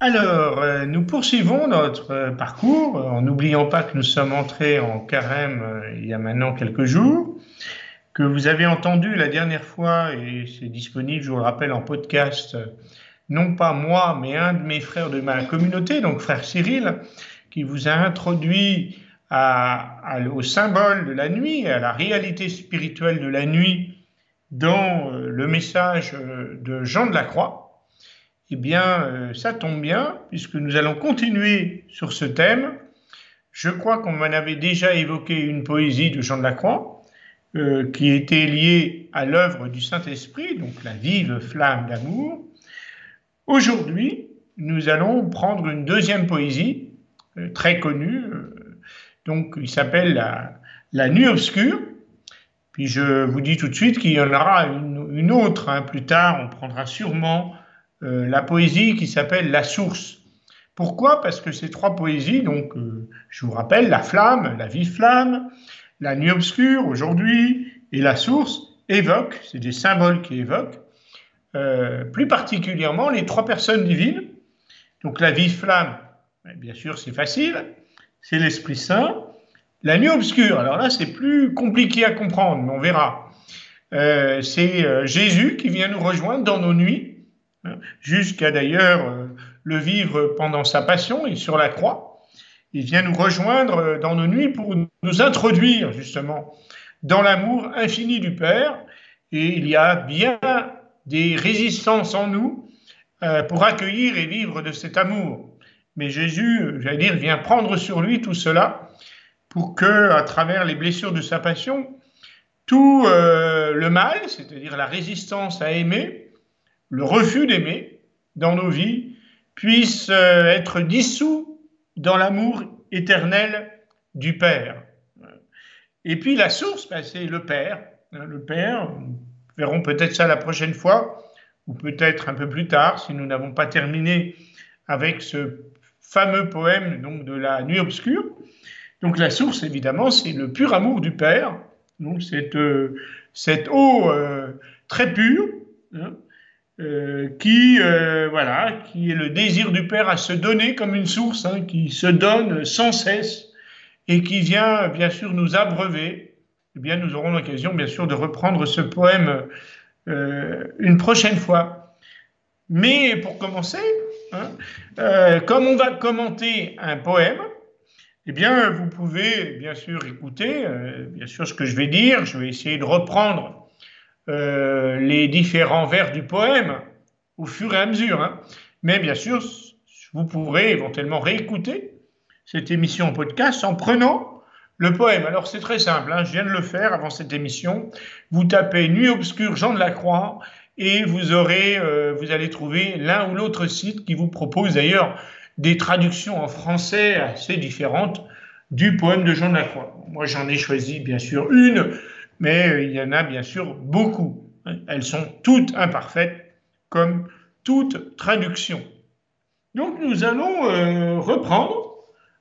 Nous poursuivons notre parcours en n'oubliant pas que nous sommes entrés en carême il y a maintenant quelques jours, que vous avez entendu la dernière fois, et c'est disponible, je vous le rappelle, en podcast, non pas moi, mais un de mes frères de ma communauté, donc frère Cyril, qui vous a introduit au symbole de la nuit, à la réalité spirituelle de la nuit dans le message de Jean de la Croix. Eh bien, ça tombe bien, puisque nous allons continuer sur ce thème. Je crois qu'on m'en avait déjà évoqué une poésie de Jean de la Croix, qui était liée à l'œuvre du Saint-Esprit, donc la vive flamme d'amour. Aujourd'hui, nous allons prendre une deuxième poésie, très connue, donc il s'appelle la Nuit obscure. Puis je vous dis tout de suite qu'il y en aura une autre, plus tard, on prendra sûrement la poésie qui s'appelle La Source. Pourquoi? Parce que ces trois poésies, donc je vous rappelle, la flamme, la vive flamme, la nuit obscure aujourd'hui et la source évoquent, c'est des symboles qui évoquent, plus particulièrement les trois personnes divines. Donc la vive flamme, bien sûr c'est facile, c'est l'Esprit Saint. La nuit obscure, alors là c'est plus compliqué à comprendre, mais on verra. C'est Jésus qui vient nous rejoindre dans nos nuits, jusqu'à d'ailleurs le vivre pendant sa passion et sur la croix. Il vient nous rejoindre dans nos nuits pour nous introduire justement dans l'amour infini du Père. Et il y a bien des résistances en nous pour accueillir et vivre de cet amour. Mais Jésus, j'allais dire, vient prendre sur lui tout cela pour que, à travers les blessures de sa passion, tout le mal, c'est-à-dire la résistance à aimer, le refus d'aimer dans nos vies, puisse être dissous dans l'amour éternel du Père. Et puis la source, c'est le Père. Le Père, nous verrons peut-être ça la prochaine fois, ou peut-être un peu plus tard, si nous n'avons pas terminé avec ce fameux poème donc, de la nuit obscure. Donc la source, évidemment, c'est le pur amour du Père, donc cette eau très pure, qui est le désir du Père à se donner comme une source, qui se donne sans cesse et qui vient bien sûr nous abreuver. Eh bien, nous aurons l'occasion bien sûr de reprendre ce poème une prochaine fois. Mais pour commencer, comme on va commenter un poème, eh bien, vous pouvez bien sûr écouter bien sûr ce que je vais dire. Je vais essayer de reprendre les différents vers du poème au fur et à mesure. Mais bien sûr, vous pourrez éventuellement réécouter cette émission en podcast en prenant le poème. Alors c'est très simple, je viens de le faire avant cette émission. Vous tapez Nuit obscure Jean de la Croix et vous allez trouver l'un ou l'autre site qui vous propose d'ailleurs des traductions en français assez différentes du poème de Jean de la Croix. Moi j'en ai choisi bien sûr une, mais il y en a bien sûr beaucoup. Elles sont toutes imparfaites, comme toute traduction. Donc nous allons reprendre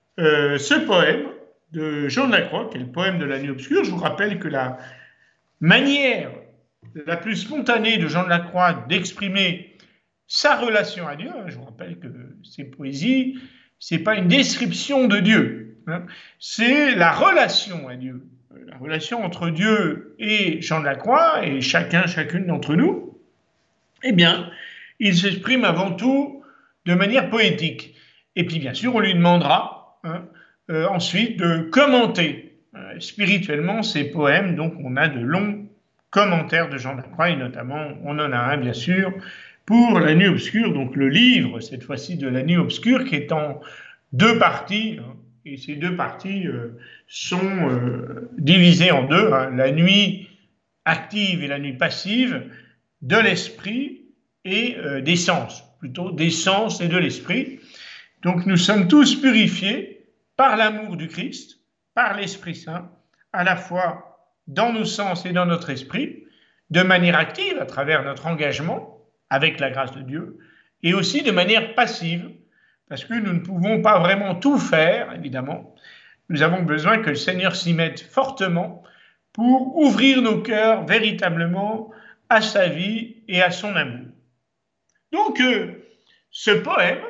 ce poème de Jean de la Croix, qui est le poème de la nuit obscure. Je vous rappelle que la manière la plus spontanée de Jean de la Croix d'exprimer sa relation à Dieu, je vous rappelle que ces poésies, ce n'est pas une description de Dieu, c'est la relation à Dieu. La relation entre Dieu et Jean de la Croix, et chacune d'entre nous, eh bien, il s'exprime avant tout de manière poétique. Et puis, bien sûr, on lui demandera ensuite de commenter spirituellement ces poèmes. Donc, on a de longs commentaires de Jean de la Croix, et notamment, on en a un, bien sûr, pour La Nuit obscure, donc le livre, cette fois-ci, de La Nuit obscure, qui est en deux parties. Et ces deux parties sont divisées en deux, la nuit active et la nuit passive, de l'esprit et des sens, plutôt des sens et de l'esprit. Donc nous sommes tous purifiés par l'amour du Christ, par l'Esprit Saint, à la fois dans nos sens et dans notre esprit, de manière active à travers notre engagement avec la grâce de Dieu, et aussi de manière passive, parce que nous ne pouvons pas vraiment tout faire, évidemment. Nous avons besoin que le Seigneur s'y mette fortement pour ouvrir nos cœurs véritablement à sa vie et à son amour. Donc, ce poème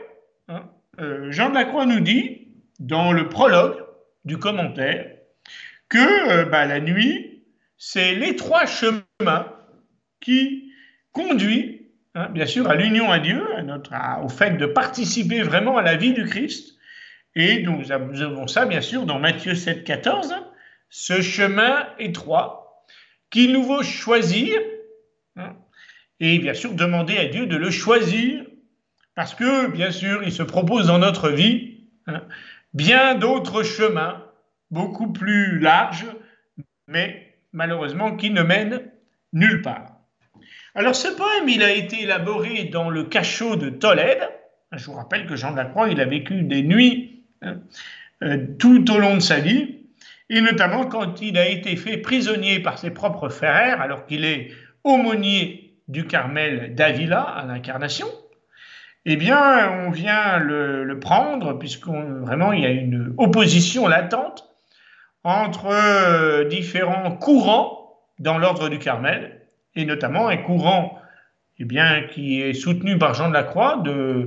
hein, Jean de la Croix nous dit, dans le prologue du commentaire, que la nuit, c'est l'étroit chemin qui conduit, hein, bien sûr, à l'union à Dieu, au fait de participer vraiment à la vie du Christ. Et nous avons ça, bien sûr, dans Matthieu 7, 14, ce chemin étroit qu'il nous faut choisir, hein, et bien sûr demander à Dieu de le choisir, parce que, bien sûr, il se propose dans notre vie, hein, bien d'autres chemins, beaucoup plus larges, mais malheureusement qui ne mènent nulle part. Alors ce poème, il a été élaboré dans le cachot de Tolède. Je vous rappelle que Jean de la Croix, il a vécu des nuits, hein, tout au long de sa vie, et notamment quand il a été fait prisonnier par ses propres frères, alors qu'il est aumônier du Carmel d'Avila à l'Incarnation. Eh bien, on vient le prendre, vraiment il y a une opposition latente entre différents courants dans l'ordre du Carmel, et notamment un courant qui est soutenu par Jean de la Croix de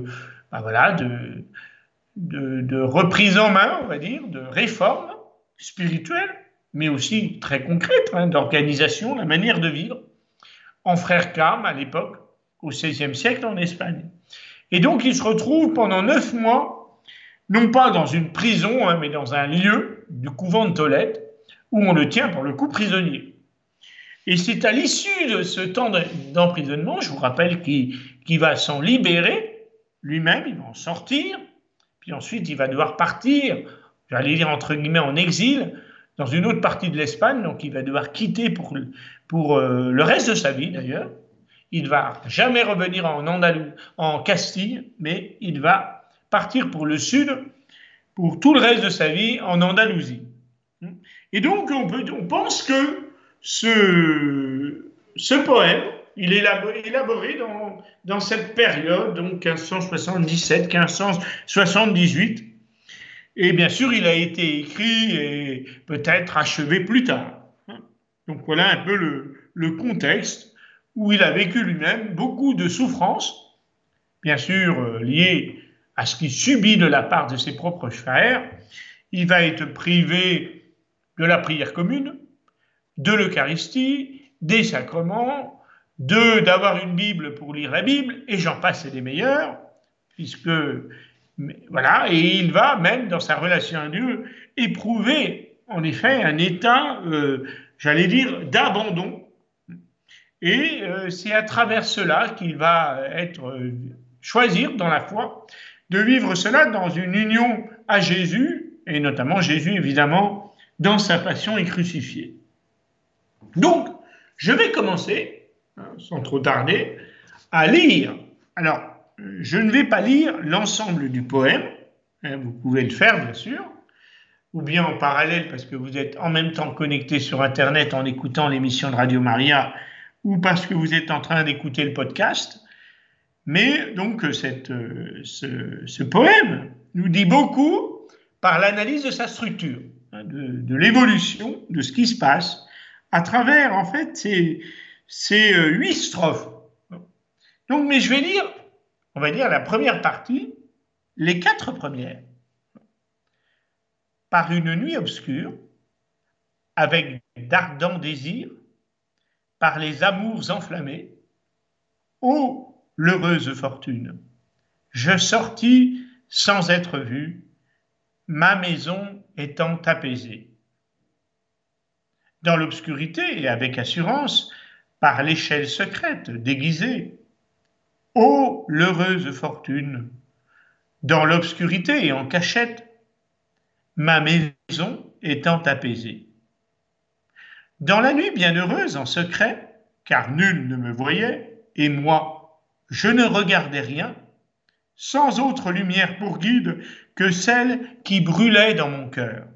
reprise en main, on va dire, de réforme spirituelle, mais aussi très concrète, hein, d'organisation, la manière de vivre, en frère Carme à l'époque, au XVIe siècle en Espagne. Et donc il se retrouve pendant 9 mois, non pas dans une prison, hein, mais dans un lieu du couvent de Tolède, où on le tient pour le coup prisonnier. Et c'est à l'issue de ce temps d'emprisonnement, je vous rappelle qu'il va s'en libérer lui-même, il va en sortir, puis ensuite il va devoir partir, j'allais dire entre guillemets en exil, dans une autre partie de l'Espagne, donc il va devoir quitter pour le reste de sa vie d'ailleurs. Il ne va jamais revenir en Castille, mais il va partir pour le sud, pour tout le reste de sa vie en Andalousie. Et donc on pense que ce poème, il est élaboré dans cette période, donc 1577-1578, et bien sûr il a été écrit et peut-être achevé plus tard. Donc voilà un peu le contexte où il a vécu lui-même beaucoup de souffrances, bien sûr liées à ce qu'il subit de la part de ses propres frères. Il va être privé de la prière commune, de l'Eucharistie, des sacrements, d'avoir une Bible pour lire la Bible, et j'en passe et des meilleurs, voilà, et il va même dans sa relation à Dieu éprouver en effet un état, j'allais dire, d'abandon. Et c'est à travers cela qu'il va choisir dans la foi de vivre cela dans une union à Jésus, et notamment Jésus évidemment dans sa passion et crucifié. Donc, je vais commencer, sans trop tarder, à lire. Alors, je ne vais pas lire l'ensemble du poème, hein, vous pouvez le faire bien sûr, ou bien en parallèle parce que vous êtes en même temps connecté sur Internet en écoutant l'émission de Radio Maria, ou parce que vous êtes en train d'écouter le podcast. Mais donc ce poème nous dit beaucoup par l'analyse de sa structure, hein, de l'évolution de ce qui se passe à travers en fait ces 8 strophes. Donc, mais je vais lire, on va dire la première partie, les 4 premières. Par une nuit obscure, avec d'ardents désirs, par les amours enflammés, ô l'heureuse fortune, je sortis sans être vu, ma maison étant apaisée. Dans l'obscurité et avec assurance, par l'échelle secrète déguisée, ô l'heureuse fortune, dans l'obscurité et en cachette, ma maison étant apaisée. Dans la nuit bienheureuse en secret, car nul ne me voyait, et moi, je ne regardais rien, sans autre lumière pour guide que celle qui brûlait dans mon cœur.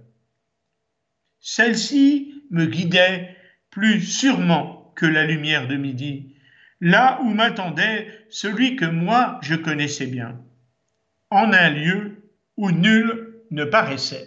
Celle-ci me guidait plus sûrement que la lumière de midi, là où m'attendait celui que moi je connaissais bien, en un lieu où nul ne paraissait.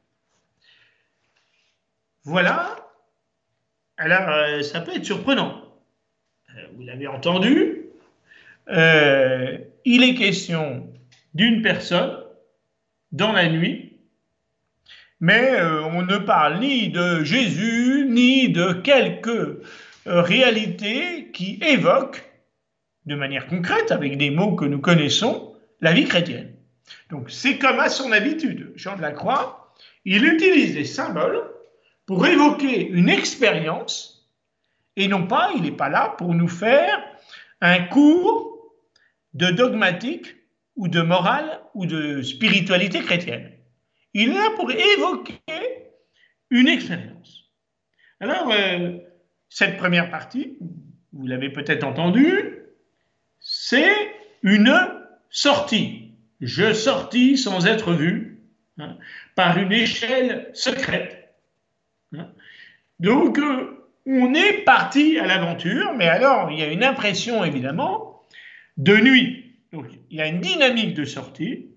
Voilà. Alors, ça peut être surprenant. Vous l'avez entendu, il est question d'une personne dans la nuit, mais on ne parle ni de Jésus, ni de quelque réalité qui évoque de manière concrète, avec des mots que nous connaissons, la vie chrétienne. Donc c'est comme à son habitude, Jean de la Croix, il utilise des symboles pour évoquer une expérience, et non pas, il n'est pas là pour nous faire un cours de dogmatique ou de morale ou de spiritualité chrétienne. Il est là pour évoquer une expérience. Alors, cette première partie, vous l'avez peut-être entendu, c'est une sortie. Je sortis sans être vu, hein, par une échelle secrète. Hein. Donc, on est parti à l'aventure, mais alors, il y a une impression, évidemment, de nuit. Donc, il y a une dynamique de sortie,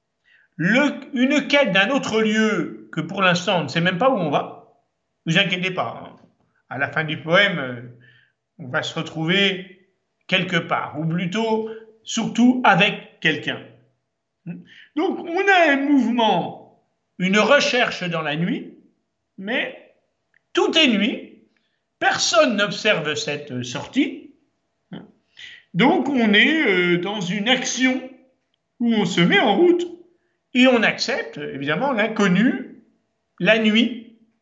une quête d'un autre lieu que pour l'instant, on ne sait même pas où on va. Ne vous inquiétez pas, hein. À la fin du poème, on va se retrouver quelque part, ou plutôt, surtout avec quelqu'un. Donc, on a un mouvement, une recherche dans la nuit, mais tout est nuit, personne n'observe cette sortie. Donc, on est dans une action où on se met en route et on accepte, évidemment, l'inconnu, la nuit,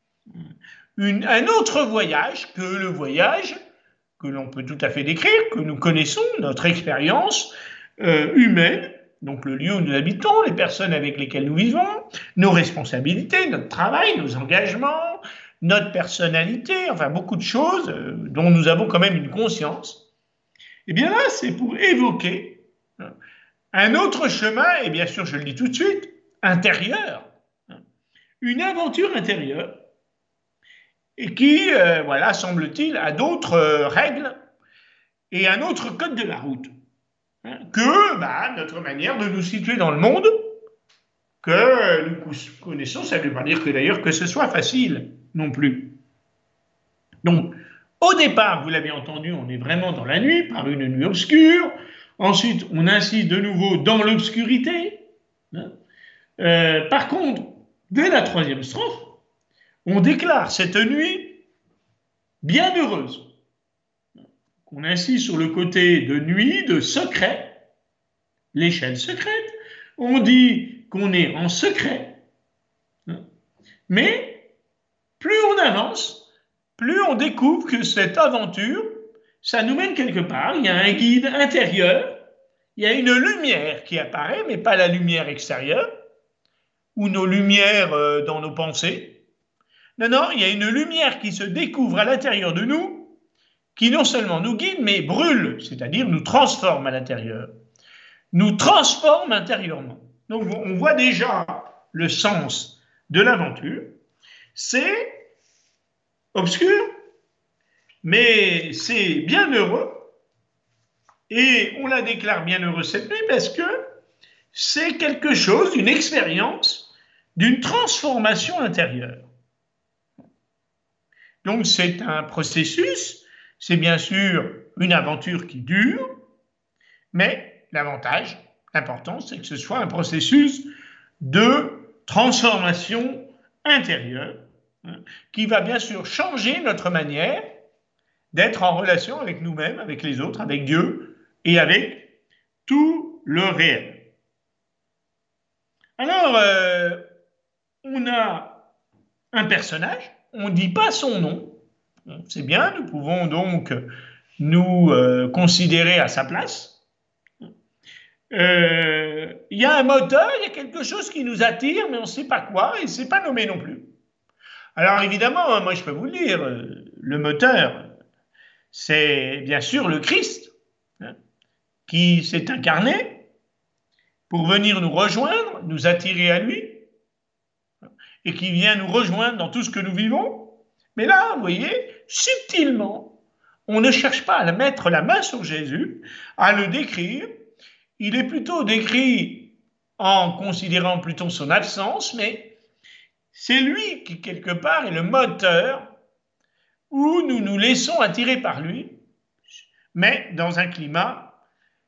un autre voyage que le voyage que l'on peut tout à fait décrire, que nous connaissons, notre expérience humaine, donc le lieu où nous habitons, les personnes avec lesquelles nous vivons, nos responsabilités, notre travail, nos engagements, notre personnalité, enfin beaucoup de choses dont nous avons quand même une conscience. Et bien là, c'est pour évoquer un autre chemin, et bien sûr, je le dis tout de suite, intérieur, une aventure intérieure, et qui, voilà, semble-t-il, a d'autres règles et un autre code de la route que notre manière de nous situer dans le monde que nous connaissons. Ça ne veut pas dire que d'ailleurs que ce soit facile non plus. Donc, au départ, vous l'avez entendu, on est vraiment dans la nuit, par une nuit obscure. Ensuite, on insiste de nouveau dans l'obscurité. Par contre, dès la troisième strophe, on déclare cette nuit bienheureuse. On insiste sur le côté de nuit, de secret, l'échelle secrète. On dit qu'on est en secret. Mais plus on avance, plus on découvre que cette aventure, ça nous mène quelque part. Il y a un guide intérieur, il y a une lumière qui apparaît, mais pas la lumière extérieure, ou nos lumières dans nos pensées. Non, non, il y a une lumière qui se découvre à l'intérieur de nous, qui non seulement nous guide, mais brûle, c'est-à-dire nous transforme à l'intérieur, nous transforme intérieurement. Donc on voit déjà le sens de l'aventure. C'est obscur, mais c'est bienheureux, et on la déclare bienheureuse cette nuit parce que c'est quelque chose, une expérience, d'une transformation intérieure. Donc c'est un processus, c'est bien sûr une aventure qui dure, mais l'avantage, l'important, c'est que ce soit un processus de transformation intérieure qui va bien sûr changer notre manière d'être en relation avec nous-mêmes, avec les autres, avec Dieu et avec tout le réel. Alors, on a un personnage, on ne dit pas son nom, c'est bien, nous pouvons donc nous considérer à sa place. Il y a un moteur, il y a quelque chose qui nous attire, mais on ne sait pas quoi, et ce n'est pas nommé non plus. Alors évidemment, moi je peux vous le dire, le moteur, c'est bien sûr le Christ, qui s'est incarné pour venir nous rejoindre, nous attirer à lui, et qui vient nous rejoindre dans tout ce que nous vivons. Mais là, vous voyez, subtilement, on ne cherche pas à mettre la main sur Jésus, à le décrire. Il est plutôt décrit en considérant plutôt son absence, mais c'est lui qui, quelque part, est le moteur où nous nous laissons attirer par lui, mais dans un climat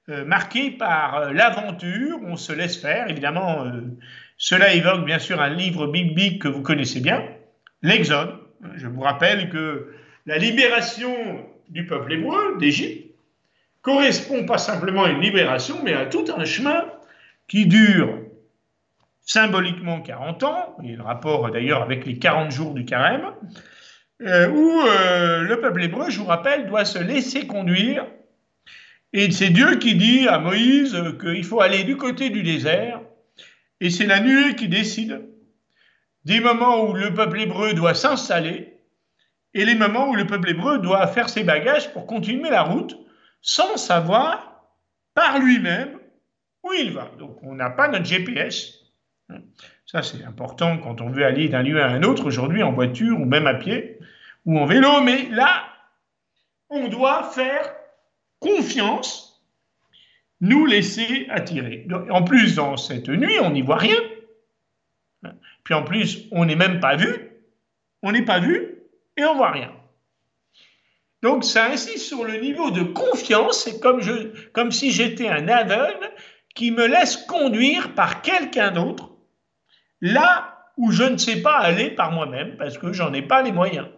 marqué par l'aventure, on se laisse faire. Évidemment, cela évoque bien sûr un livre biblique que vous connaissez bien, l'Exode. Je vous rappelle que la libération du peuple hébreu d'Égypte correspond pas simplement à une libération, mais à tout un chemin qui dure symboliquement 40 ans, et le rapport d'ailleurs avec les 40 jours du carême, où le peuple hébreu, je vous rappelle, doit se laisser conduire. Et c'est Dieu qui dit à Moïse qu'il faut aller du côté du désert, et c'est la nuée qui décide des moments où le peuple hébreu doit s'installer et les moments où le peuple hébreu doit faire ses bagages pour continuer la route sans savoir par lui-même où il va. Donc on n'a pas notre GPS. Ça c'est important quand on veut aller d'un lieu à un autre aujourd'hui en voiture ou même à pied ou en vélo, mais là on doit faire confiance, nous laisser attirer. En plus, dans cette nuit, on n'y voit rien. Puis en plus, on n'est même pas vu, on n'est pas vu et on ne voit rien. Donc ça insiste sur le niveau de confiance, c'est comme si j'étais un aveugle qui me laisse conduire par quelqu'un d'autre, là où je ne sais pas aller par moi-même parce que j'en ai pas les moyens.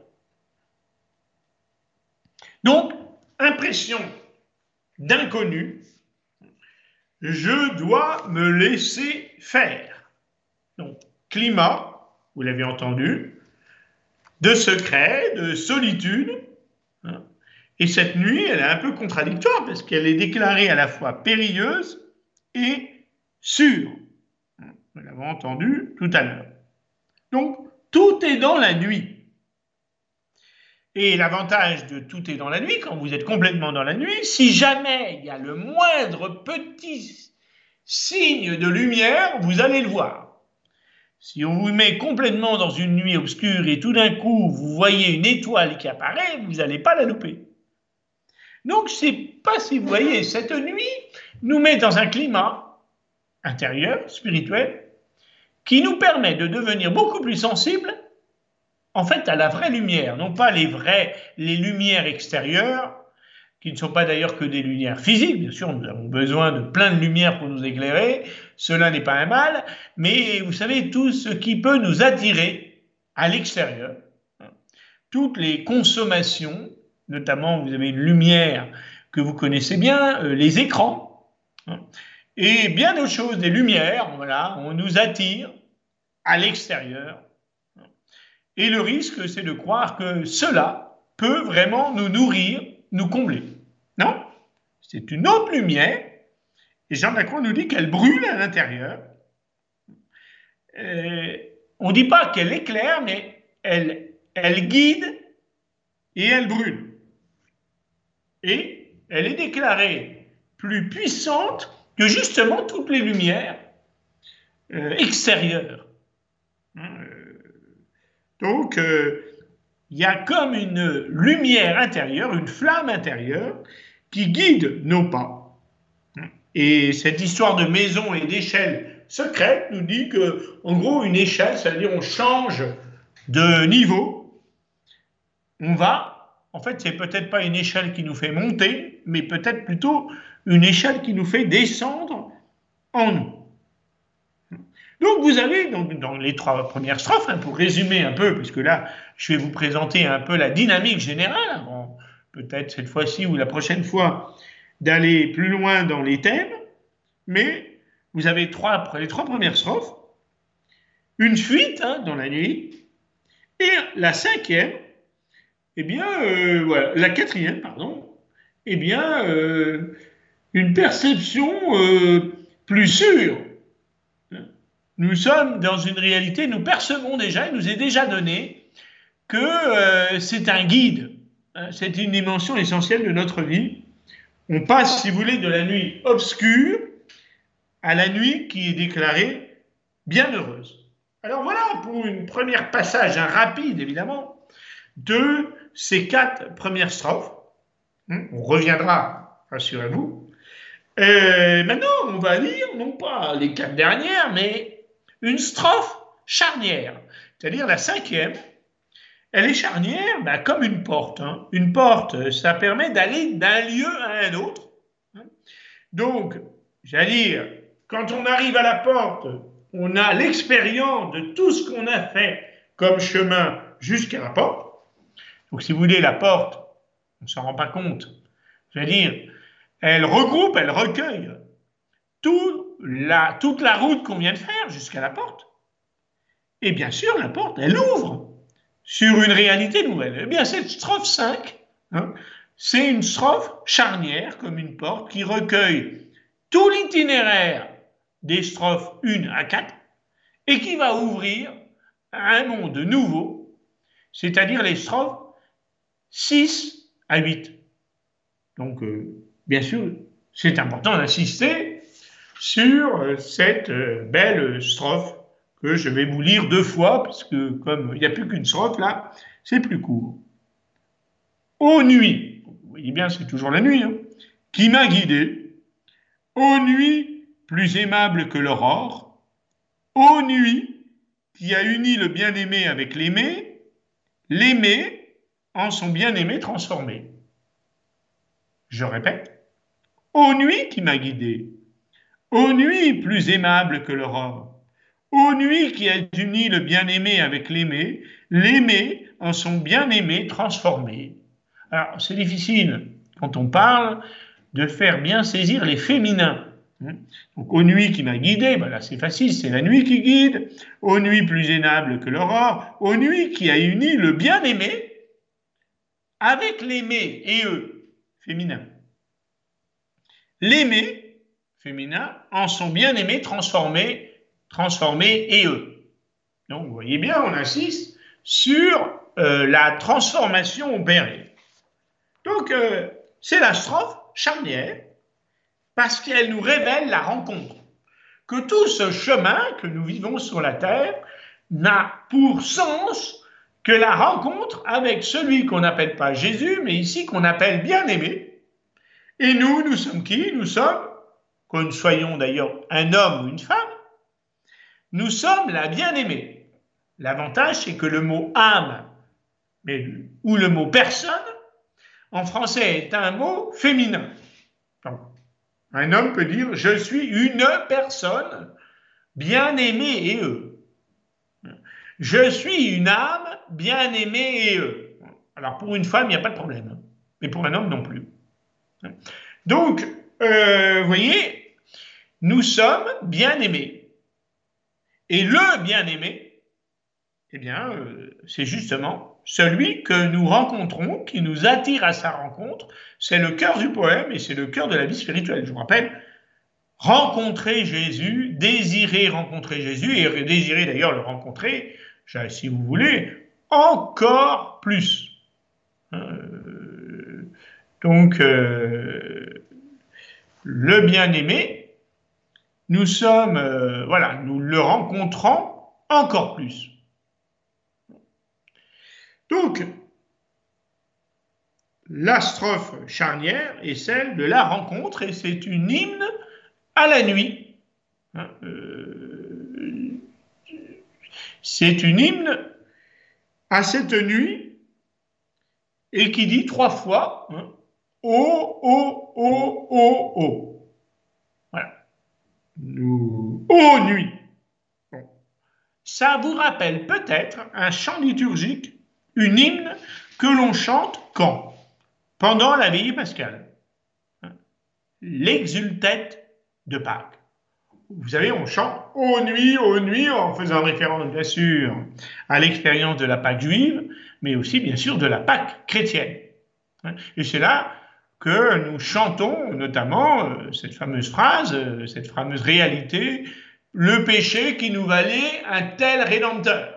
Donc, impression d'inconnu, je dois me laisser faire. Donc, climat, vous l'avez entendu, de secret, de solitude. Et cette nuit, elle est un peu contradictoire parce qu'elle est déclarée à la fois périlleuse et sûre. Nous l'avons entendu tout à l'heure. Donc, tout est dans la nuit. Et l'avantage de tout est dans la nuit, quand vous êtes complètement dans la nuit, si jamais il y a le moindre petit signe de lumière, vous allez le voir. Si on vous met complètement dans une nuit obscure et tout d'un coup vous voyez une étoile qui apparaît, vous n'allez pas la louper. Donc je ne sais pas si vous voyez, cette nuit nous met dans un climat intérieur, spirituel, qui nous permet de devenir beaucoup plus sensibles en fait à la vraie lumière, non pas les lumières extérieures, qui ne sont pas d'ailleurs que des lumières physiques, bien sûr, nous avons besoin de plein de lumière pour nous éclairer, cela n'est pas un mal, mais vous savez, tout ce qui peut nous attirer à l'extérieur, toutes les consommations, notamment vous avez une lumière que vous connaissez bien, les écrans, et bien d'autres choses, des lumières, voilà, on nous attire à l'extérieur. Et le risque, c'est de croire que cela peut vraiment nous nourrir, nous combler. Non, c'est une autre lumière, et Jean Lacroix nous dit qu'elle brûle à l'intérieur. On ne dit pas qu'elle éclaire, mais elle guide et elle brûle. Et elle est déclarée plus puissante que justement toutes les lumières extérieures. Donc, il y a comme une lumière intérieure, une flamme intérieure qui guide nos pas. Et cette histoire de maison et d'échelle secrète nous dit que, en gros, une échelle, ça veut dire on change de niveau. On va, en fait, c'est peut-être pas une échelle qui nous fait monter, mais peut-être plutôt une échelle qui nous fait descendre en nous. Donc vous avez dans les 3 premières strophes, pour résumer un peu, puisque là je vais vous présenter un peu la dynamique générale, avant peut-être cette fois-ci ou la prochaine fois d'aller plus loin dans les thèmes, mais vous avez les 3 premières strophes, une fuite dans la nuit, et la 5e, eh bien, voilà, la 4e, pardon, eh bien, une perception plus sûre. Nous sommes dans une réalité, nous percevons déjà, il nous est déjà donné que c'est un guide, c'est une dimension essentielle de notre vie. On passe, si vous voulez, de la nuit obscure à la nuit qui est déclarée bienheureuse. Alors voilà pour une première passage, rapide évidemment, de ces 4 premières strophes. On reviendra, rassurez-vous. Maintenant, on va lire, non pas les 4 dernières, mais une strophe charnière, c'est-à-dire la 5e. Elle est charnière comme une porte. Une porte, ça permet d'aller d'un lieu à un autre. Donc, j'allais dire, quand on arrive à la porte, on a l'expérience de tout ce qu'on a fait comme chemin jusqu'à la porte. Donc, si vous voulez, la porte, on ne s'en rend pas compte. J'allais dire, elle regroupe, elle recueille toute la route qu'on vient de faire jusqu'à la porte. Et bien sûr, la porte, elle ouvre sur une réalité nouvelle. Eh bien, cette strophe 5, hein, c'est une strophe charnière, comme une porte, qui recueille tout l'itinéraire des strophes 1 à 4 et qui va ouvrir un monde nouveau, c'est-à-dire les strophes 6 à 8. Donc, bien sûr, c'est important d'insister sur cette belle strophe que je vais vous lire 2 fois, parce que comme il n'y a plus qu'une strophe là, c'est plus court. Ô nuit, vous voyez bien, c'est toujours la nuit, hein, qui m'a guidé, ô nuit plus aimable que l'aurore, ô nuit qui a uni le bien-aimé avec l'aimé en son bien-aimé transformé. Je répète, ô nuit qui m'a guidé, ô nuit plus aimable que l'aurore, ô nuit qui a uni le bien-aimé avec l'aimé en son bien-aimé transformé. Alors, c'est difficile, quand on parle, de faire bien saisir les féminins. Donc, ô nuit qui m'a guidé, ben là c'est facile, c'est la nuit qui guide. Ô nuit plus aimable que l'aurore, ô nuit qui a uni le bien-aimé avec l'aimé et eux, féminin. L'aimé, féminin, en son bien-aimé transformé et eux. Donc, vous voyez bien, on insiste sur la transformation opérée. Donc, c'est la strophe charnière parce qu'elle nous révèle la rencontre. Que tout ce chemin que nous vivons sur la terre n'a pour sens que la rencontre avec celui qu'on n'appelle pas Jésus, mais ici qu'on appelle bien-aimé. Et nous sommes qui? Nous sommes, que nous soyons d'ailleurs un homme ou une femme, nous sommes la bien-aimée. L'avantage, c'est que le mot âme ou le mot personne, en français, est un mot féminin. Donc, un homme peut dire « je suis une personne bien-aimée et eux ». Je suis une âme bien-aimée et eux. Alors, pour une femme, il n'y a pas de problème. Mais pour un homme, non plus. Donc, vous voyez, nous sommes bien-aimés. Et le bien-aimé, eh bien, c'est justement celui que nous rencontrons, qui nous attire à sa rencontre. C'est le cœur du poème et c'est le cœur de la vie spirituelle. Je vous rappelle, rencontrer Jésus, désirer rencontrer Jésus et désirer d'ailleurs le rencontrer, si vous voulez, encore plus. Donc, le bien-aimé, nous sommes, nous le rencontrons encore plus. Donc, la strophe charnière est celle de la rencontre et c'est une hymne à la nuit. C'est une hymne à cette nuit et qui dit 3 fois oh, oh, oh, oh, oh. Voilà. Oh nuit. Bon. Ça vous rappelle peut-être un chant liturgique, une hymne que l'on chante quand? Pendant la veillée pascale. L'exultète de Pâques. Vous savez, on chante ô nuit, en faisant référence, bien sûr, à l'expérience de la Pâque juive, mais aussi, bien sûr, de la Pâque chrétienne. Et c'est là que nous chantons, notamment, cette fameuse phrase, cette fameuse réalité, le péché qui nous valait un tel rédempteur.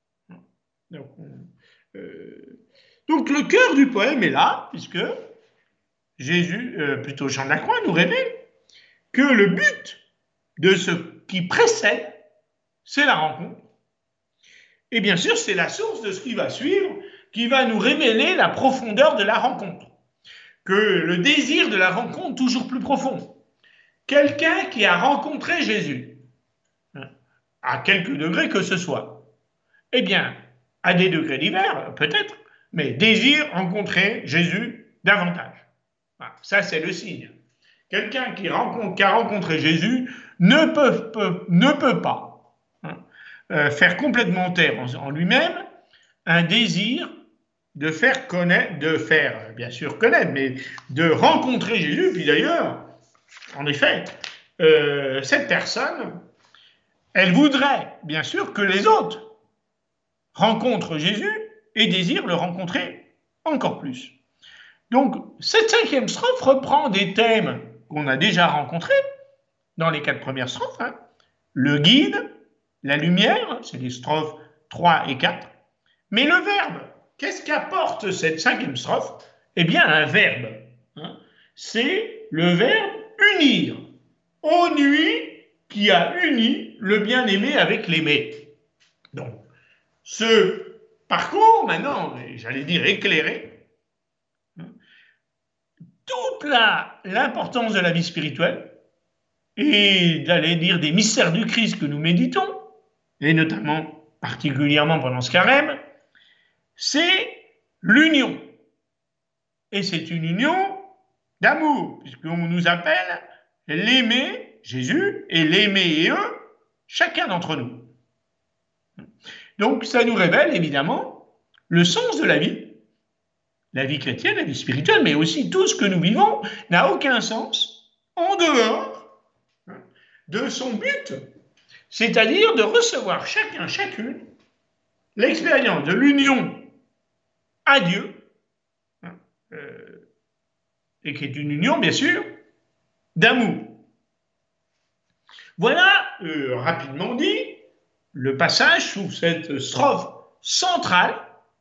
Donc le cœur du poème est là, puisque Jésus, plutôt Jean de la Croix, nous révèle que le but de ce qui précède, c'est la rencontre. Et bien sûr, c'est la source de ce qui va suivre, qui va nous révéler la profondeur de la rencontre. Que le désir de la rencontre toujours plus profond. Quelqu'un qui a rencontré Jésus, à quelques degrés que ce soit, eh bien, à des degrés divers, peut-être, mais désire rencontrer Jésus davantage. Voilà, ça, c'est le signe. Quelqu'un qui a rencontré Jésus ne peut pas, hein, faire complètement taire en lui-même un désir de faire connaître, de faire bien sûr connaître, mais de rencontrer Jésus. Puis d'ailleurs, en effet, cette personne, elle voudrait bien sûr que les autres rencontrent Jésus et désirent le rencontrer encore plus. Donc, cette cinquième strophe reprend des thèmes qu'on a déjà rencontrés dans les 4 premières strophes. Hein. Le guide, la lumière, c'est les strophes 3 et 4. Mais le verbe, qu'est-ce qu'apporte cette cinquième strophe? Eh bien, un verbe. Hein. C'est le verbe unir. Ô nuit qui a uni le bien-aimé avec l'aimé. Donc, ce parcours, maintenant, j'allais dire éclairé, toute l'importance de la vie spirituelle et d'aller dire des mystères du Christ que nous méditons, et notamment particulièrement pendant ce carême, c'est l'union. Et c'est une union d'amour, puisqu'on nous appelle l'aimer, Jésus, et l'aimer et eux, chacun d'entre nous. Donc ça nous révèle évidemment le sens de la vie chrétienne, la vie spirituelle, mais aussi tout ce que nous vivons n'a aucun sens en dehors de son but, c'est-à-dire de recevoir chacun, chacune, l'expérience de l'union à Dieu, et qui est une union, bien sûr, d'amour. Voilà, rapidement dit, le passage sous cette strophe centrale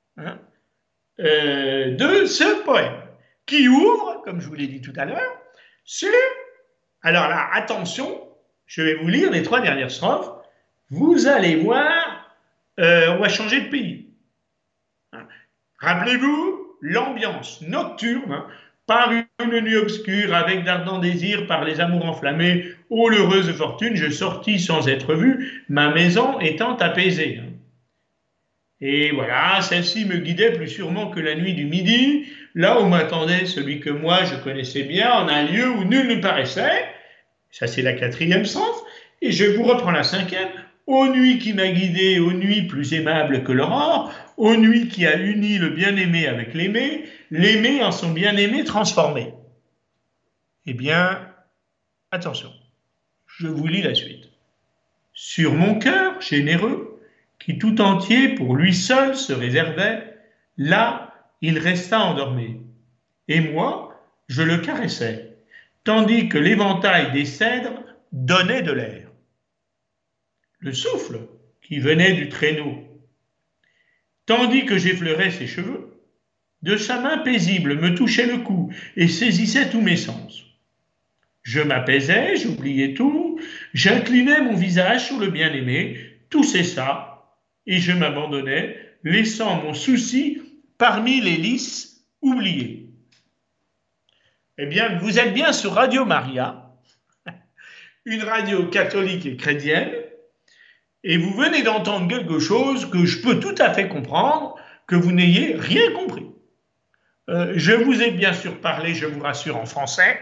de ce poème, qui ouvre, comme je vous l'ai dit tout à l'heure, sur... Alors là, attention, je vais vous lire les 3 dernières strophes. Vous allez voir, on va changer de pays. Rappelez-vous, l'ambiance nocturne, par une nuit obscure, avec d'ardents désirs, par les amours enflammés, ô l'heureuse fortune, je sortis sans être vu, ma maison étant apaisée. Et voilà, celle-ci me guidait plus sûrement que la nuit du midi, là où m'attendait celui que moi je connaissais bien, en un lieu où nul ne paraissait. Ça, c'est la 4e strophe. Et je vous reprends la 5e. Ô nuit qui m'a guidé, ô nuit plus aimable que l'aurore, ô nuit qui a uni le bien-aimé avec l'aimé, l'aimé en son bien-aimé transformé. Eh bien, attention, je vous lis la suite. Sur mon cœur généreux, qui tout entier pour lui seul se réservait, là, il resta endormi. Et moi, je le caressais, tandis que l'éventail des cèdres donnait de l'air. Le souffle qui venait du traîneau, tandis que j'effleurais ses cheveux, de sa main paisible me touchait le cou et saisissait tous mes sens. Je m'apaisais, j'oubliais tout, j'inclinais mon visage sur le bien-aimé, tout cessa, et je m'abandonnais, laissant mon souci parmi les lys oubliés. Eh bien, vous êtes bien sur Radio Maria, une radio catholique et chrétienne, et vous venez d'entendre quelque chose que je peux tout à fait comprendre, que vous n'ayez rien compris. Je vous ai bien sûr parlé, je vous rassure, en français,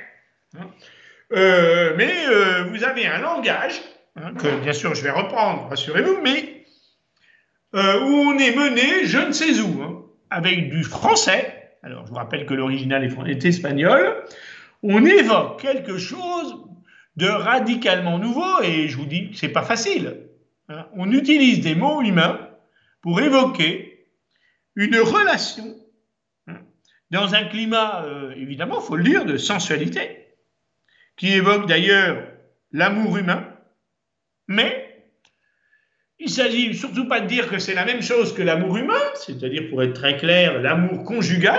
mais vous avez un langage, que bien sûr je vais reprendre, rassurez-vous, mais où on est mené je ne sais où, avec du français. Alors je vous rappelle que l'original est espagnol. On évoque quelque chose de radicalement nouveau, et je vous dis que c'est pas facile. On utilise des mots humains pour évoquer une relation dans un climat, évidemment, il faut le dire, de sensualité, qui évoque d'ailleurs l'amour humain, mais il ne s'agit surtout pas de dire que c'est la même chose que l'amour humain, c'est-à-dire, pour être très clair, l'amour conjugal,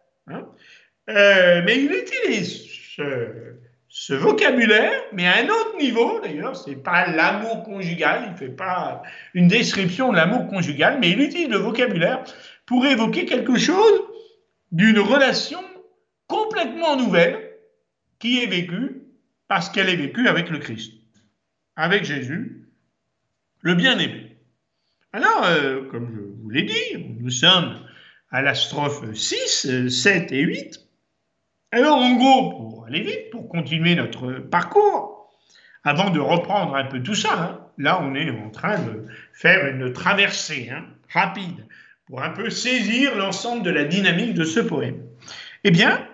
mais il utilise ce vocabulaire, mais à un autre niveau, d'ailleurs, ce n'est pas l'amour conjugal, il ne fait pas une description de l'amour conjugal, mais il utilise le vocabulaire pour évoquer quelque chose d'une relation complètement nouvelle qui est vécue parce qu'elle est vécue avec le Christ, avec Jésus, le bien-aimé. Alors, comme je vous l'ai dit, nous sommes à la strophe 6, 7 et 8, Alors, en gros, pour aller vite, pour continuer notre parcours, avant de reprendre un peu tout ça, hein, là, on est en train de faire une traversée rapide pour un peu saisir l'ensemble de la dynamique de ce poème. Eh bien,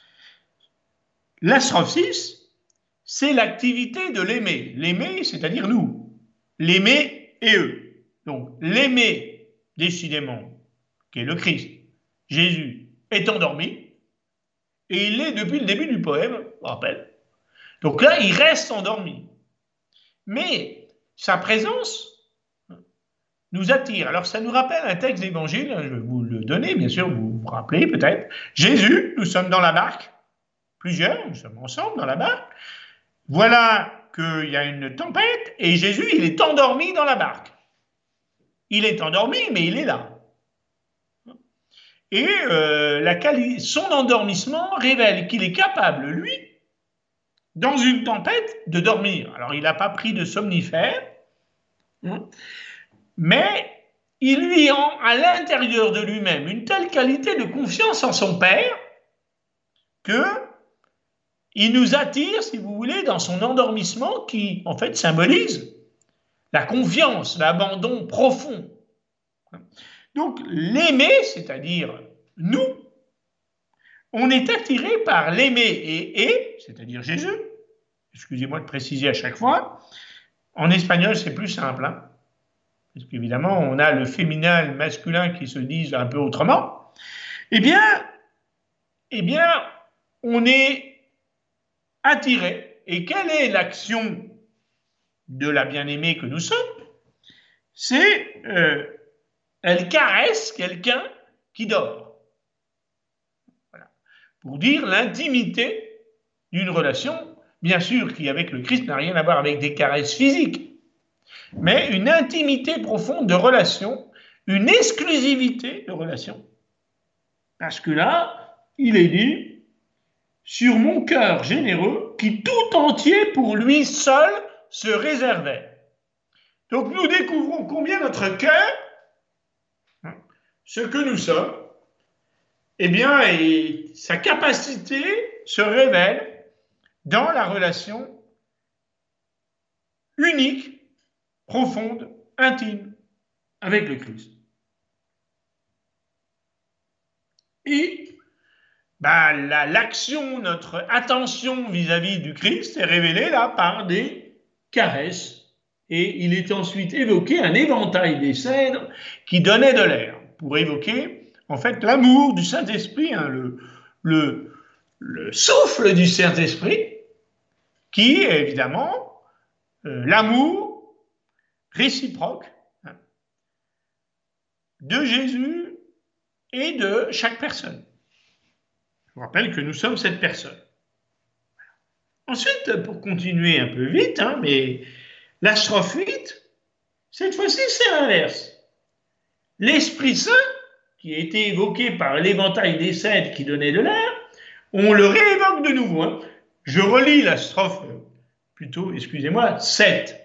la strophe 6, c'est l'activité de l'aimer. L'aimer, c'est-à-dire nous. L'aimer et eux. Donc, l'aimer, décidément, qui est le Christ, Jésus, est endormi, et il l'est depuis le début du poème, je vous rappelle. Donc là, il reste endormi. Mais sa présence nous attire. Alors ça nous rappelle un texte d'évangile, je vais vous le donner, bien sûr, vous vous rappelez peut-être. Jésus, nous sommes dans la barque, plusieurs, nous sommes ensemble dans la barque. Voilà qu'il y a une tempête et Jésus, il est endormi dans la barque. Il est endormi, mais il est là. Et son endormissement révèle qu'il est capable, lui, dans une tempête, de dormir. Alors, il n'a pas pris de somnifère, mais il lui rend à l'intérieur de lui-même une telle qualité de confiance en son Père que il nous attire, si vous voulez, dans son endormissement qui, en fait, symbolise la confiance, l'abandon profond. Donc, l'aimer, c'est-à-dire nous, on est attiré par l'aimer et, c'est-à-dire Jésus. Excusez-moi de préciser à chaque fois. En espagnol, c'est plus simple, parce qu'évidemment, on a le féminin et le masculin qui se disent un peu autrement. Eh bien, on est attiré. Et quelle est l'action de la bien-aimée que nous sommes? C'est elle caresse quelqu'un qui dort. Voilà. Pour dire l'intimité d'une relation, bien sûr, qui avec le Christ n'a rien à voir avec des caresses physiques, mais une intimité profonde de relation, une exclusivité de relation. Parce que là, il est dit, sur mon cœur généreux, qui tout entier pour lui seul se réservait. Donc nous découvrons combien notre cœur, ce que nous sommes, eh bien, et sa capacité se révèle dans la relation unique, profonde, intime avec le Christ. Et l'action, notre attention vis-à-vis du Christ est révélée là par des caresses. Et il est ensuite évoqué un éventail des cèdres qui donnait de l'air, pour évoquer en fait l'amour du Saint-Esprit, le souffle du Saint-Esprit, qui est évidemment l'amour réciproque de Jésus et de chaque personne. Je vous rappelle que nous sommes cette personne. Ensuite, pour continuer un peu vite, mais la strophe 8, cette fois-ci, c'est l'inverse. L'Esprit Saint, qui a été évoqué par l'éventail des cèdres qui donnait de l'air, on le réévoque de nouveau. Je relis la strophe, plutôt, excusez-moi, 7.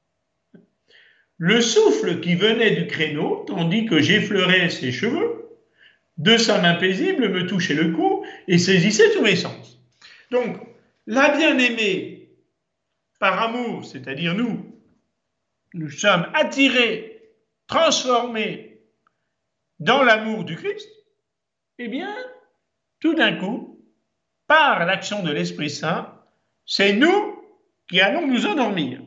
Le souffle qui venait du créneau, tandis que j'effleurais ses cheveux, de sa main paisible me touchait le cou et saisissait tous mes sens. Donc, la bien-aimée, par amour, c'est-à-dire nous sommes attirés, transformés dans l'amour du Christ, eh bien, tout d'un coup, par l'action de l'Esprit Saint, c'est nous qui allons nous endormir.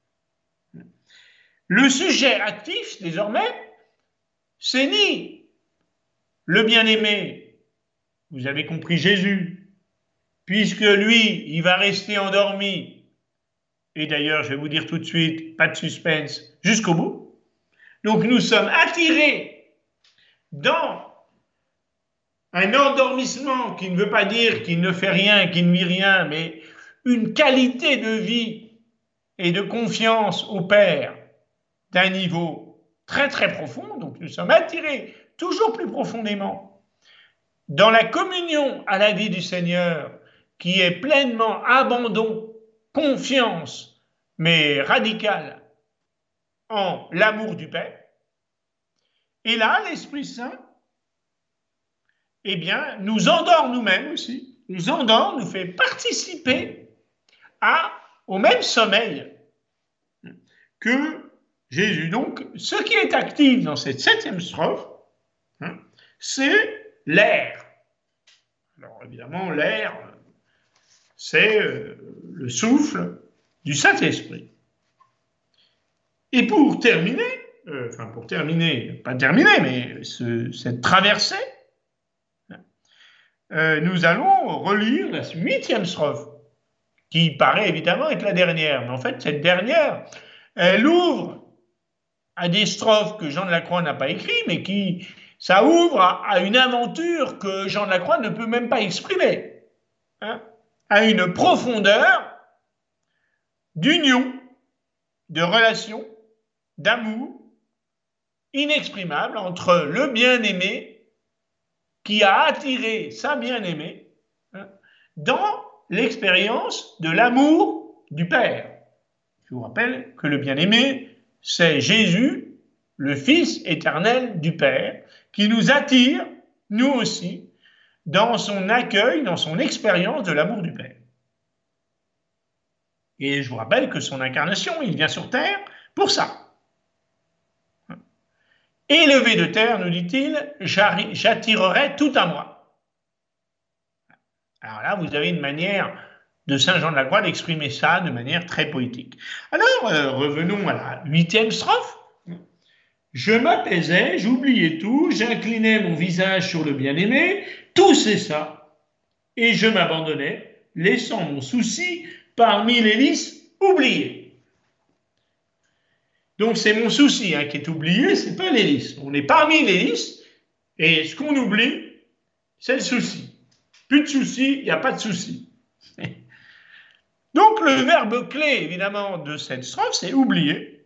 Le sujet actif, désormais, c'est ni le bien-aimé, vous avez compris Jésus, puisque lui, il va rester endormi, et d'ailleurs, je vais vous dire tout de suite, pas de suspense, jusqu'au bout. Donc nous sommes attirés dans un endormissement qui ne veut pas dire qu'il ne fait rien, qu'il ne vit rien, mais une qualité de vie et de confiance au Père d'un niveau très très profond. Donc nous sommes attirés toujours plus profondément dans la communion à la vie du Seigneur qui est pleinement abandon, confiance, mais radicale en l'amour du Père. Et là, l'Esprit Saint, eh bien, nous endort nous-mêmes aussi. nous endort, nous fait participer au même sommeil que Jésus. Donc, ce qui est actif dans cette 7e strophe, c'est l'air. Alors, évidemment, l'air, c'est le souffle du Saint-Esprit. Et pour terminer, pas terminer, mais cette traversée, nous allons relire la 8e strophe, qui paraît évidemment être la dernière. Mais en fait, cette dernière, elle ouvre à des strophes que Jean de la Croix n'a pas écrites, mais ça ouvre à une aventure que Jean de la Croix ne peut même pas exprimer, à une profondeur d'union, de relation, d'amour inexprimable entre le bien-aimé qui a attiré sa bien-aimée dans l'expérience de l'amour du Père. Je vous rappelle que le bien-aimé, c'est Jésus, le Fils éternel du Père, qui nous attire, nous aussi, dans son accueil, dans son expérience de l'amour du Père. Et je vous rappelle que son incarnation, il vient sur terre pour ça. Élevé de terre, nous dit-il, j'attirerai tout à moi. Alors là, vous avez une manière de Saint Jean de la Croix d'exprimer ça de manière très poétique. Alors, revenons à la 8e strophe. Je m'apaisais, j'oubliais tout, j'inclinais mon visage sur le bien-aimé, tout cessa, et je m'abandonnais, laissant mon souci parmi les lys oubliés. Donc c'est mon souci qui est oublié, c'est pas les lys. On est parmi les lys, et ce qu'on oublie, c'est le souci. Plus de souci, il n'y a pas de souci. Donc le verbe clé, évidemment, de cette strophe, c'est oublier.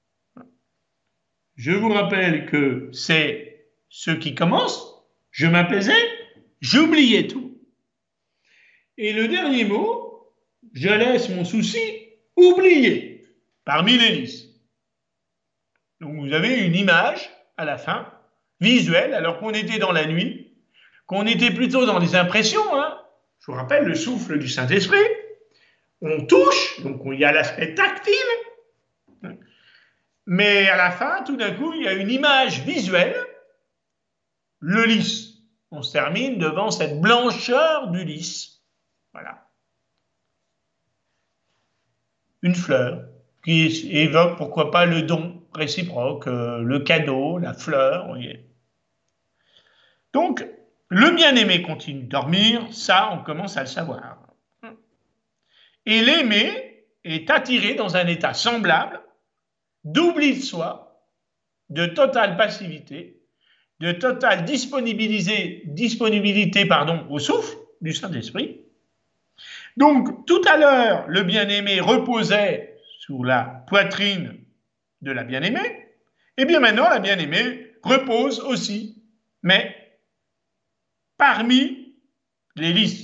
Je vous rappelle que c'est ce qui commence, je m'apaisais, j'oubliais tout. Et le dernier mot, je laisse mon souci oublier, parmi les lys. Donc vous avez une image à la fin, visuelle, alors qu'on était dans la nuit, qu'on était plutôt dans les impressions. Je vous rappelle le souffle du Saint-Esprit. On touche, donc il y a l'aspect tactile, mais à la fin, tout d'un coup, il y a une image visuelle, le lys. On se termine devant cette blancheur du lys. Voilà. Une fleur qui évoque, pourquoi pas, le don réciproque, le cadeau, la fleur. Vous voyez. Donc, le bien-aimé continue de dormir, ça, on commence à le savoir. Et l'aimé est attiré dans un état semblable d'oubli de soi, de totale passivité, de totale disponibilité au souffle du Saint-Esprit. Donc, tout à l'heure, le bien-aimé reposait sur la poitrine de la bien-aimée, et bien maintenant, la bien-aimée repose aussi, mais parmi les lys.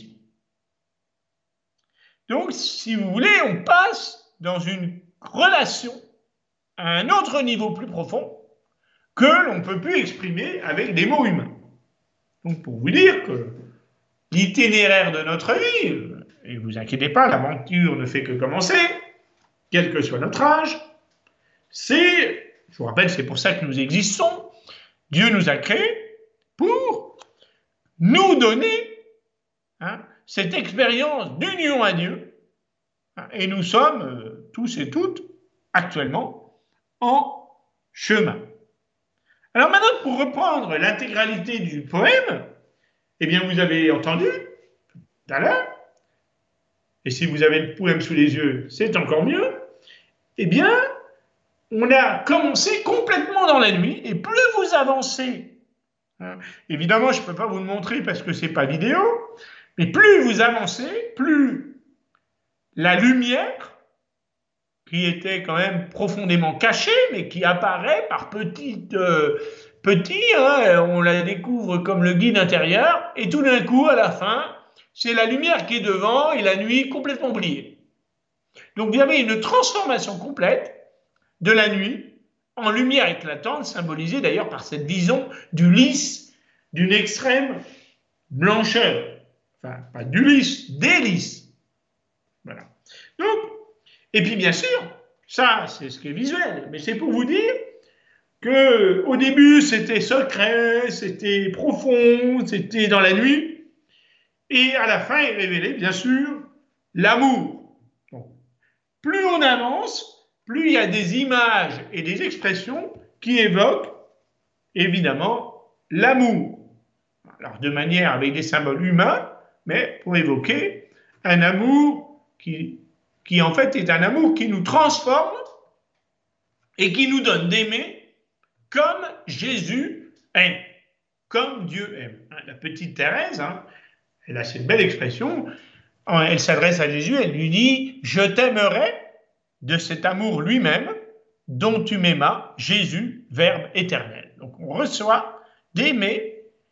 Donc, si vous voulez, on passe dans une relation à un autre niveau plus profond que l'on ne peut plus exprimer avec des mots humains. Donc, pour vous dire que l'itinéraire de notre vie, et ne vous inquiétez pas, l'aventure ne fait que commencer, quel que soit notre âge, je vous rappelle, c'est pour ça que nous existons, Dieu nous a créés pour nous donner cette expérience d'union à Dieu, et nous sommes tous et toutes actuellement en chemin. Alors maintenant, pour reprendre l'intégralité du poème, eh bien vous avez entendu tout à l'heure, et si vous avez le poème sous les yeux, c'est encore mieux, eh bien, on a commencé complètement dans la nuit, et plus vous avancez, évidemment, je ne peux pas vous le montrer parce que ce n'est pas vidéo, mais plus vous avancez, plus la lumière, qui était quand même profondément cachée, mais qui apparaît par petits, on la découvre comme le guide intérieur, et tout d'un coup, à la fin, c'est la lumière qui est devant et la nuit complètement brillée. Donc vous avez une transformation complète de la nuit en lumière éclatante, symbolisée d'ailleurs par cette vision du lys, d'une extrême blancheur. enfin, pas d'Ulysse, d'Hélice. Voilà. Donc, et puis bien sûr, ça, c'est ce qui est visuel, mais c'est pour vous dire que au début, c'était secret, c'était profond, c'était dans la nuit, et à la fin, il révélait, bien sûr, l'amour. Donc, plus on avance, plus il y a des images et des expressions qui évoquent, évidemment, l'amour. Alors, de manière avec des symboles humains, mais pour évoquer un amour qui en fait est un amour qui nous transforme et qui nous donne d'aimer comme Jésus aime, comme Dieu aime. La petite Thérèse, elle a cette belle expression, elle s'adresse à Jésus, elle lui dit « Je t'aimerai de cet amour lui-même dont tu m'aimas, Jésus, Verbe éternel. » Donc on reçoit d'aimer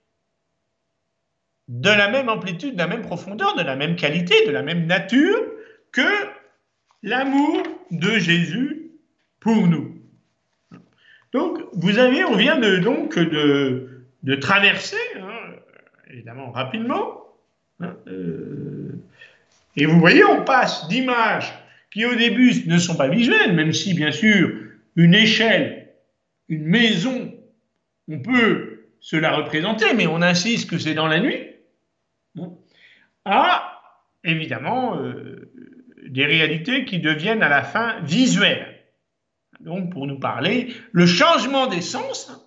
de la même amplitude, de la même profondeur, de la même qualité, de la même nature que l'amour de Jésus pour nous. Donc, on vient de traverser, évidemment rapidement, et vous voyez, on passe d'images qui au début ne sont pas visuelles, même si bien sûr une échelle, une maison, on peut se la représenter, mais on insiste que c'est dans la nuit, à évidemment des réalités qui deviennent à la fin visuelles. Donc, pour nous parler, le changement des sens,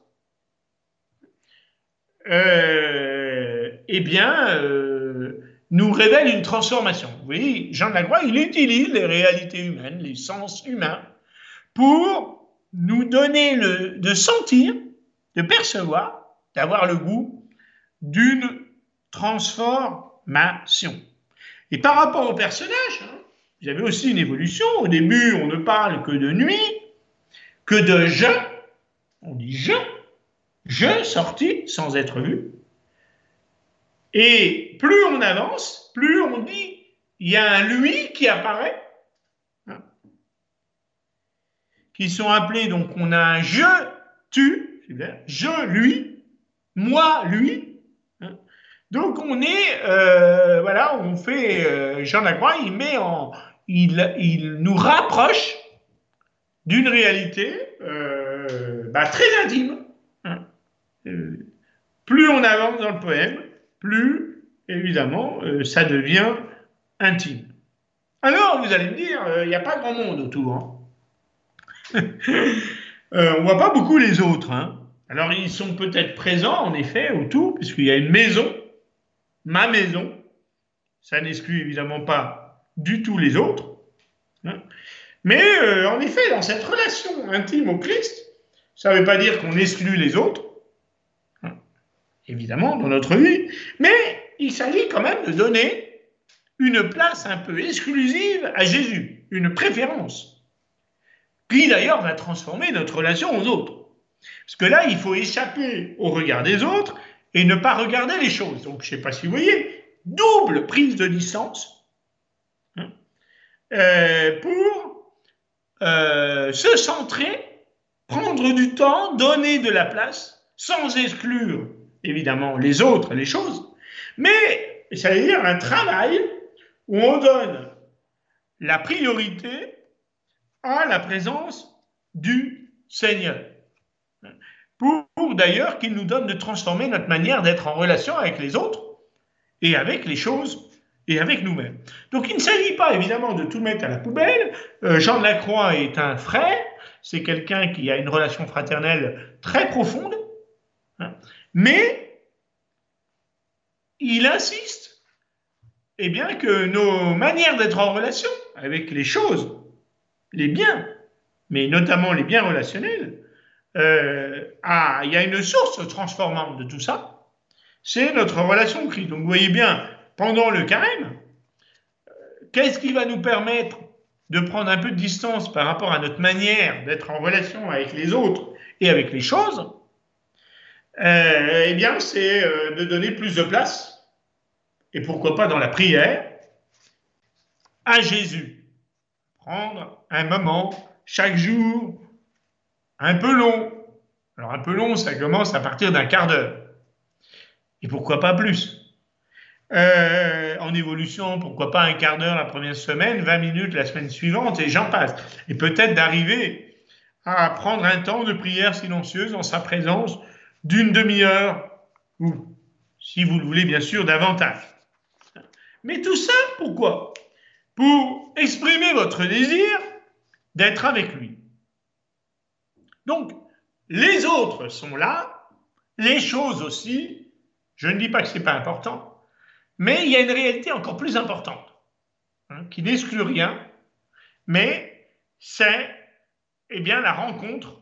nous révèle une transformation. Vous voyez, Jean de la Croix, il utilise les réalités humaines, les sens humains, pour nous donner de sentir, de percevoir, d'avoir le goût d'une transformation. Et par rapport au personnage, vous avez aussi une évolution. Au début, on ne parle que de nuit, que de je, on dit je sorti sans être vu. Et plus on avance, plus on dit, il y a un lui qui apparaît, qui sont appelés, donc on a un je, tu, je, lui, moi, lui. Donc on est, voilà, on fait, Jean Lacroix, il nous rapproche d'une réalité très intime. Plus on avance dans le poème, plus, évidemment, ça devient intime. Alors, vous allez me dire, il n'y a pas grand monde autour. On ne voit pas beaucoup les autres. Alors, ils sont peut-être présents, en effet, autour, puisqu'il y a une maison, ma maison. Ça n'exclut évidemment pas du tout les autres. Mais, en effet, dans cette relation intime au Christ, ça ne veut pas dire qu'on exclut les autres, évidemment, dans notre vie, mais il s'agit quand même de donner une place un peu exclusive à Jésus, une préférence, qui d'ailleurs va transformer notre relation aux autres. Parce que là, il faut échapper au regard des autres et ne pas regarder les choses. Donc, je ne sais pas si vous voyez, double prise de distance pour se centrer, prendre du temps, donner de la place, sans exclure évidemment les autres, les choses, mais ça veut dire un travail où on donne la priorité à la présence du Seigneur. Pour d'ailleurs qu'il nous donne de transformer notre manière d'être en relation avec les autres et avec les choses et avec nous-mêmes. Donc il ne s'agit pas évidemment de tout mettre à la poubelle. Jean de la Croix est un frère, c'est quelqu'un qui a une relation fraternelle très profonde, mais il insiste que nos manières d'être en relation avec les choses, les biens, mais notamment les biens relationnels, il y a une source transformante de tout ça, c'est notre relation au Christ. Donc vous voyez bien, pendant le carême, qu'est-ce qui va nous permettre de prendre un peu de distance par rapport à notre manière d'être en relation avec les autres et avec les choses? C'est de donner plus de place, et pourquoi pas dans la prière, à Jésus. Prendre un moment, chaque jour, un peu long. Alors un peu long, ça commence à partir d'un quart d'heure. Et pourquoi pas plus? En évolution, pourquoi pas un quart d'heure la première semaine, 20 minutes la semaine suivante, et j'en passe. Et peut-être d'arriver à prendre un temps de prière silencieuse en sa présence d'une demi-heure, ou, si vous le voulez, bien sûr, davantage. Mais tout ça, pourquoi? Pour exprimer votre désir d'être avec lui. Donc, les autres sont là, les choses aussi. Je ne dis pas que ce n'est pas important, mais il y a une réalité encore plus importante, qui n'exclut rien, mais c'est la rencontre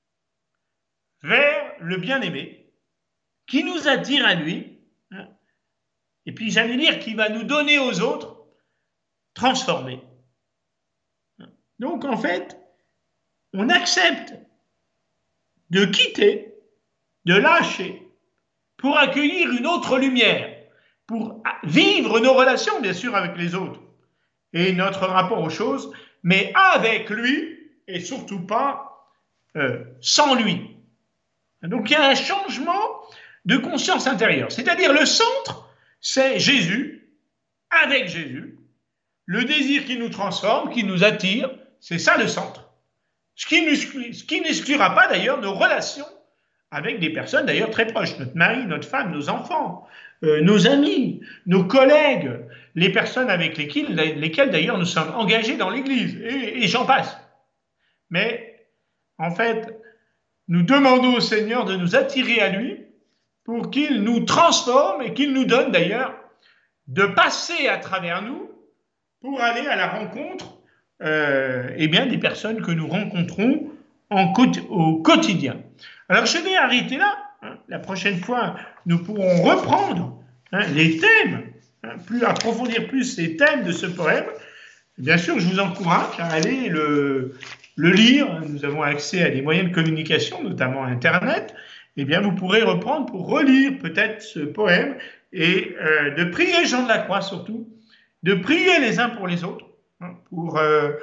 vers le bien-aimé qui nous attire à lui, et puis j'allais dire qui va nous donner aux autres transformés. Donc en fait, on accepte de quitter, de lâcher, pour accueillir une autre lumière, pour vivre nos relations, bien sûr, avec les autres, et notre rapport aux choses, mais avec lui, et surtout pas sans lui. Donc il y a un changement de conscience intérieure. C'est-à-dire le centre, c'est Jésus, avec Jésus, le désir qui nous transforme, qui nous attire, c'est ça le centre. Ce qui n'exclura pas d'ailleurs nos relations avec des personnes d'ailleurs très proches, notre mari, notre femme, nos enfants, nos amis, nos collègues, les personnes avec lesquelles d'ailleurs nous sommes engagés dans l'Église, et j'en passe. Mais en fait, nous demandons au Seigneur de nous attirer à lui pour qu'il nous transforme et qu'il nous donne d'ailleurs de passer à travers nous pour aller à la rencontre des personnes que nous rencontrons au quotidien. Alors je vais arrêter là. La prochaine fois, nous pourrons reprendre les thèmes, approfondir plus les thèmes de ce poème. Bien sûr, je vous encourage à aller le lire. Nous avons accès à des moyens de communication, notamment Internet. Eh bien, vous pourrez reprendre pour relire peut-être ce poème et de prier Jean de la Croix surtout, de prier les uns pour les autres, pour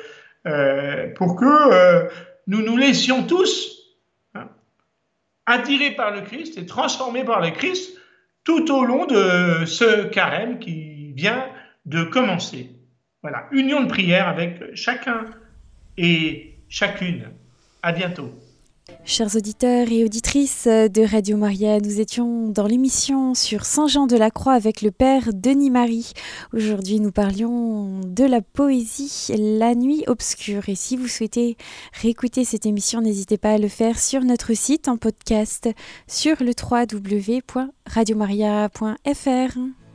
que nous nous laissions tous attirés par le Christ et transformés par le Christ tout au long de ce carême qui vient de commencer. Voilà, union de prière avec chacun et chacune. À bientôt. Chers auditeurs et auditrices de Radio Maria, nous étions dans l'émission sur Saint-Jean-de-la-Croix avec le Père Denis-Marie. Aujourd'hui, nous parlions de la poésie La Nuit Obscure. Et si vous souhaitez réécouter cette émission, n'hésitez pas à le faire sur notre site en podcast sur le www.radiomaria.fr.